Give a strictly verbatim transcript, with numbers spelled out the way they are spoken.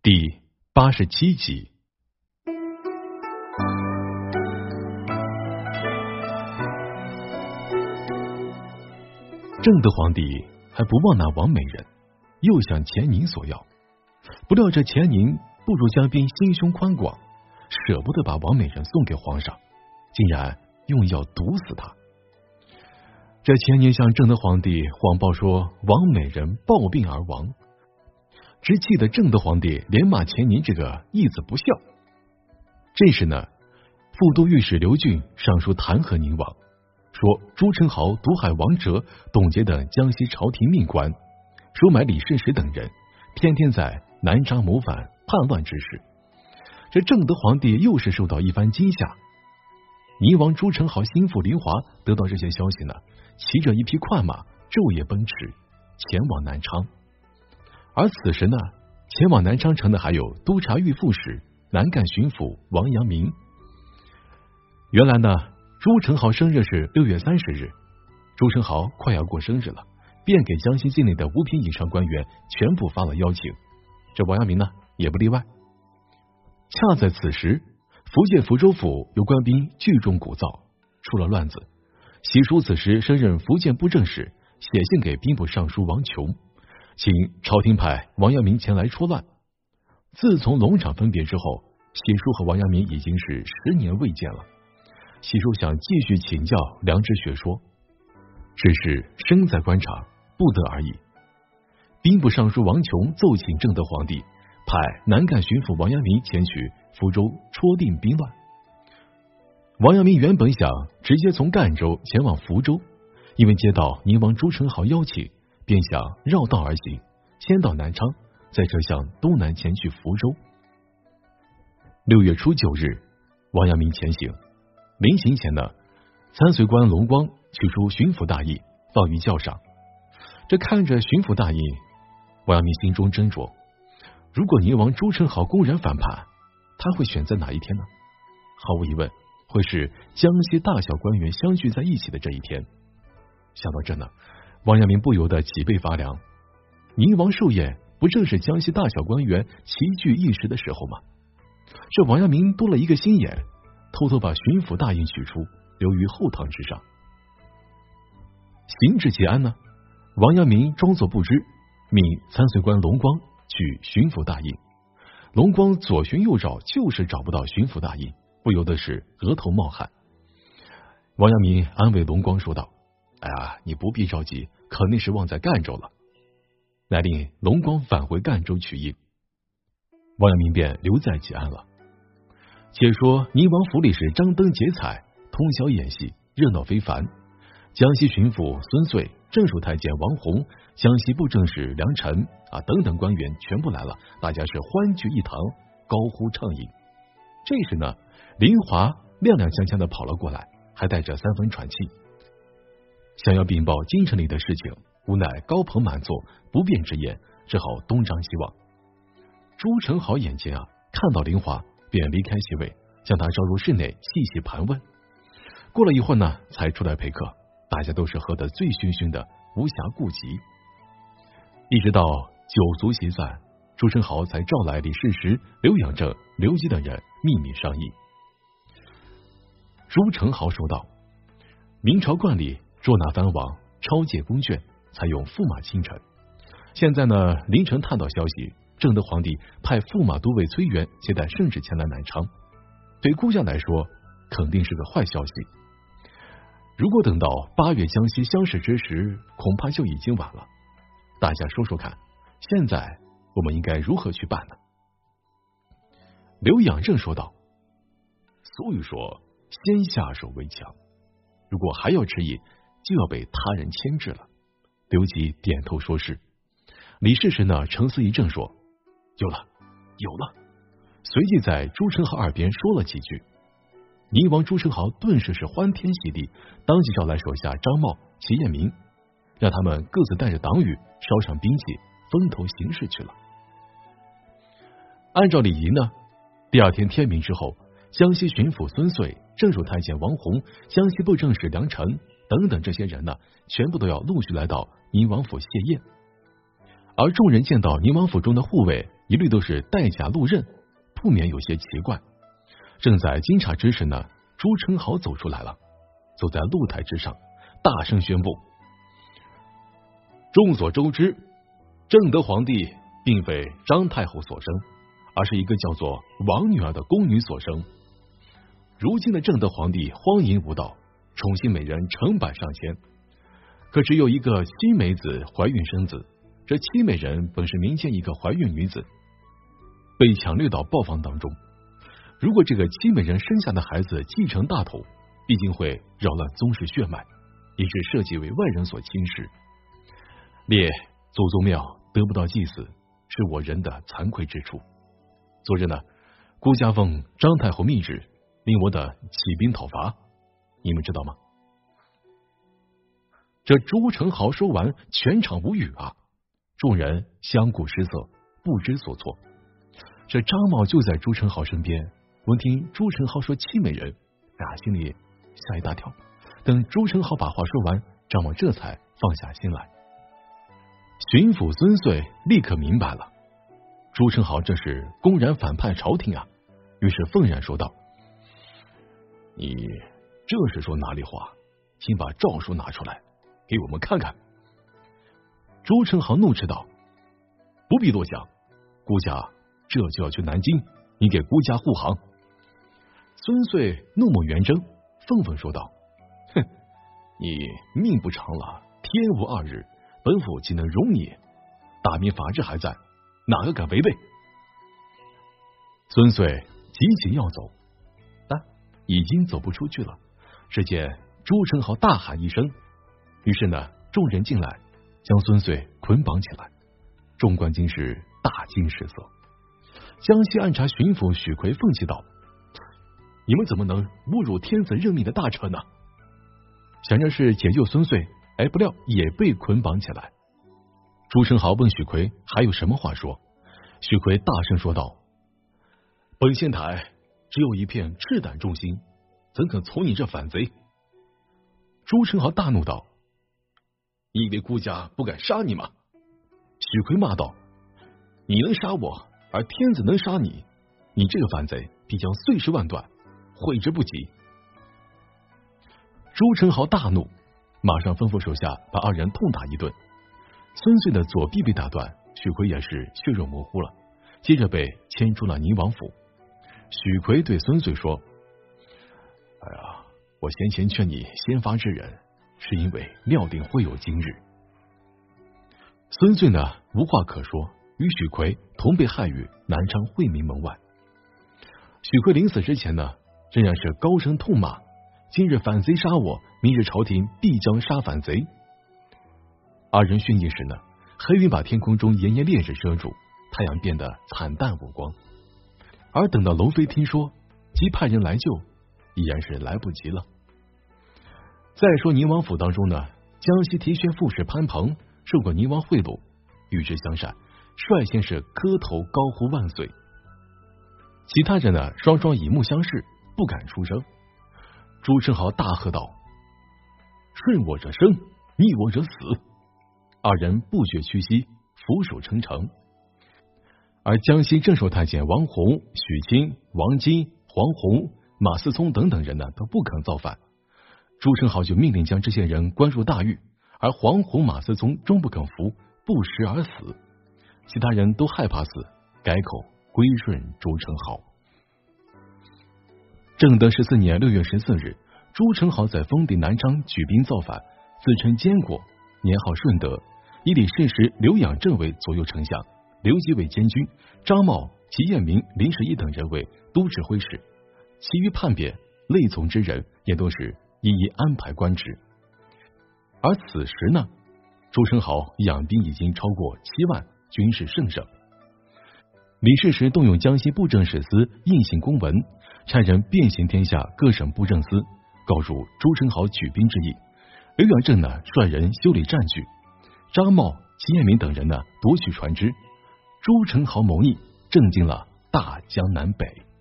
第八十七集。正德皇帝还不忘那王美人，又向钱宁索要，不料这钱宁不如江彬心胸宽广，舍不得把王美人送给皇上，竟然用药毒死他。这钱宁向正德皇帝谎报说王美人暴病而亡，直气得正德皇帝连骂钱宁这个义子不孝。这时呢，副都御史刘俊上书弹劾宁王，说朱宸濠毒害王哲、董洁等江西朝廷命官，收买李世石等人，天天在南沙谋反叛乱之事。这正德皇帝又是受到一番惊吓。宁王朱宸濠心腹林华得到这些消息呢，骑着一匹快马昼夜奔驰，前往南昌。而此时呢，前往南昌城的还有督察御副使、南赣巡抚王阳明。原来呢，朱宸濠生日是六月三十日，朱宸濠快要过生日了，便给江西境内的五品以上官员全部发了邀请，这王阳明呢也不例外。恰在此时，福建福州府有官兵聚众鼓噪，出了乱子。习书此时升任福建布政使，写信给兵部尚书王琼，请朝廷派王阳明前来戳乱。自从龙场分别之后，习书和王阳明已经是十年未见了。习书想继续请教良知学说，只是身在官场不得而已。兵部尚书王琼奏请正德皇帝派南赣巡抚王阳明前去福州戳定兵乱。王阳明原本想直接从赣州前往福州，因为接到宁王朱宸濠邀请，便想绕道而行，先到南昌，再折向东南前去福州。六月初九日，王阳明前行，临行前呢，参随官龙光取出巡抚大印放于轿上。这看着巡抚大印，王阳明心中斟酌，如果宁王朱宸濠公然反叛，他会选择哪一天呢？毫无疑问，会是江西大小官员相聚在一起的这一天。想到这呢，王阳明不由得脊背发凉。宁王寿宴不正是江西大小官员齐聚一时的时候吗？这王阳明多了一个心眼，偷偷把巡抚大印取出，留于后堂之上。行至吉安呢，王阳明装作不知，命参随官龙光取巡抚大印。龙光左寻右找，就是找不到巡抚大印，不由得是额头冒汗。王阳明安慰龙光说道：“哎呀，你不必着急，肯定是忘在赣州了。”乃令龙光返回赣州取印。王阳明便留在吉安了。且说宁王府里是张灯结彩，通宵演戏，热闹非凡。江西巡抚孙遂、正属太监王弘、江西布政使梁臣啊等等官员全部来了，大家是欢聚一堂，高呼畅饮。这时呢，林华踉踉跄跄的跑了过来，还带着三分喘气，想要禀报京城里的事情，无奈高朋满座，不便直言，只好东张西望。朱宸濠眼前啊，看到林华，便离开席位，将他招入室内细细盘问。过了一会儿呢，才出来陪客，大家都是喝得醉醺醺的，无暇顾及。一直到酒足席散，朱宸濠才召来李世石、刘养正、刘基等人秘密商议。朱宸濠说道：“明朝惯例，捉拿藩王，抄借公卷，采用驸马亲臣。现在呢，凌晨探到消息，正德皇帝派驸马都尉崔元携带圣旨前来南昌，对顾家来说，肯定是个坏消息。如果等到八月江西乡试之时，恐怕就已经晚了。大家说说看，现在我们应该如何去办呢？”刘养正说道：“俗语说，先下手为强，如果还要迟疑，就要被他人牵制了。”刘基点头说是。李世石呢，沉思一阵说：“有了，有了。”随即在朱宸濠耳边说了几句。宁王朱宸濠顿时是欢天喜地，当即召来手下张茂、齐彦明，让他们各自带着党羽，烧上兵器，分头行事去了。按照礼仪呢，第二天天明之后，江西巡抚孙遂、正属太监王弘、江西布政使梁臣等等这些人呢，全部都要陆续来到宁王府谢宴。而众人见到宁王府中的护卫一律都是带甲路任，不免有些奇怪。正在惊诧之时呢，朱宸濠走出来了，走在露台之上，大声宣布：众所周知，正德皇帝并非张太后所生，而是一个叫做王女儿的宫女所生。如今的正德皇帝荒淫无道，宠幸美人成百上千，可只有一个七美子怀孕生子。这七美人本是民间一个怀孕女子，被抢掠到豹房当中。如果这个七美人生下的孩子继承大统，必定会扰乱宗室血脉，以致社稷为外人所轻视。列祖宗庙得不到祭祀，是我人的惭愧之处。昨日呢，孤家奉张太后密旨，令我等起兵讨伐，你们知道吗？这朱宸濠说完，全场无语啊！众人相顾失色，不知所措。这张茂就在朱宸濠身边，闻听朱宸濠说七美人，啊，心里吓一大跳。等朱宸濠把话说完，张茂这才放下心来。巡抚孙遂立刻明白了，朱宸濠这是公然反叛朝廷啊！于是愤然说道：“你这是说哪里话？请把诏书拿出来，给我们看看。”朱宸濠怒斥道：“不必多想，孤家这就要去南京，你给孤家护航。”孙遂怒目圆睁，愤愤说道：“哼，你命不长了，天无二日，本府岂能容你？大明法制还在，哪个敢违背？”孙遂急急要走，但已经走不出去了。只见朱宸濠大喊一声，于是呢，众人进来，将孙遂捆绑起来。众官军士大惊失色。江西按察巡抚许奎愤气道：“你们怎么能侮辱天子任命的大臣呢？”想着是解救孙遂，哎，不料也被捆绑起来。朱宸濠问许奎还有什么话说，许奎大声说道：“本县台只有一片赤胆忠心，怎肯从你这反贼？”朱宸濠大怒道：“你以为孤家不敢杀你吗？”许奎骂道：“你能杀我，而天子能杀你，你这个反贼必将碎尸万段，悔之不及。”朱宸濠大怒，马上吩咐手下把二人痛打一顿。孙遂的左臂被打断，许奎也是血肉模糊了，接着被牵出了宁王府。许奎对孙遂说：“哎呀，我先前劝你先发制人，是因为料定会有今日。”孙遂呢，无话可说，与许奎同被害于南昌惠民门外。许奎临死之前呢，仍然是高声痛骂：“今日反贼杀我，明日朝廷必将杀反贼。”二人殉义时呢，黑云把天空中炎炎烈日遮住，太阳变得惨淡无光。而等到龙飞听说，即派人来救，依然是来不及了。再说宁王府当中呢，江西提宣副使潘鹏受过宁王贿赂，与之相善，率先是磕头高呼万岁。其他人呢，双双以目相视，不敢出声。朱宸濠大喝道：“顺我者生，逆我者死！”二人不觉屈膝，俯首称臣。而江西镇守太监王弘、许清、王金、黄宏、马思聪等等人呢，都不肯造反。朱宸濠就命令将这些人关入大狱，而黄宏、马思聪终不肯服，不食而死。其他人都害怕死，改口归顺朱宸濠。正德十四年六月十四日，朱宸濠在封地南昌举兵造反，自称监国，年号顺德，以李世石、刘养正为左右丞相，刘基为监军，张茂、齐彦明、林时一等人为都指挥使，其余叛变类从之人也都是一一安排官职。而此时呢，朱宸濠养兵已经超过七万，军事盛盛。李世石动用江西布政使司印行公文，差人遍行天下各省布政司，告诉朱宸濠举兵之意。刘养正呢，率人修理战具，张茂、齐彦明等人呢，夺取船只。朱宸濠谋逆，震惊了大江南北。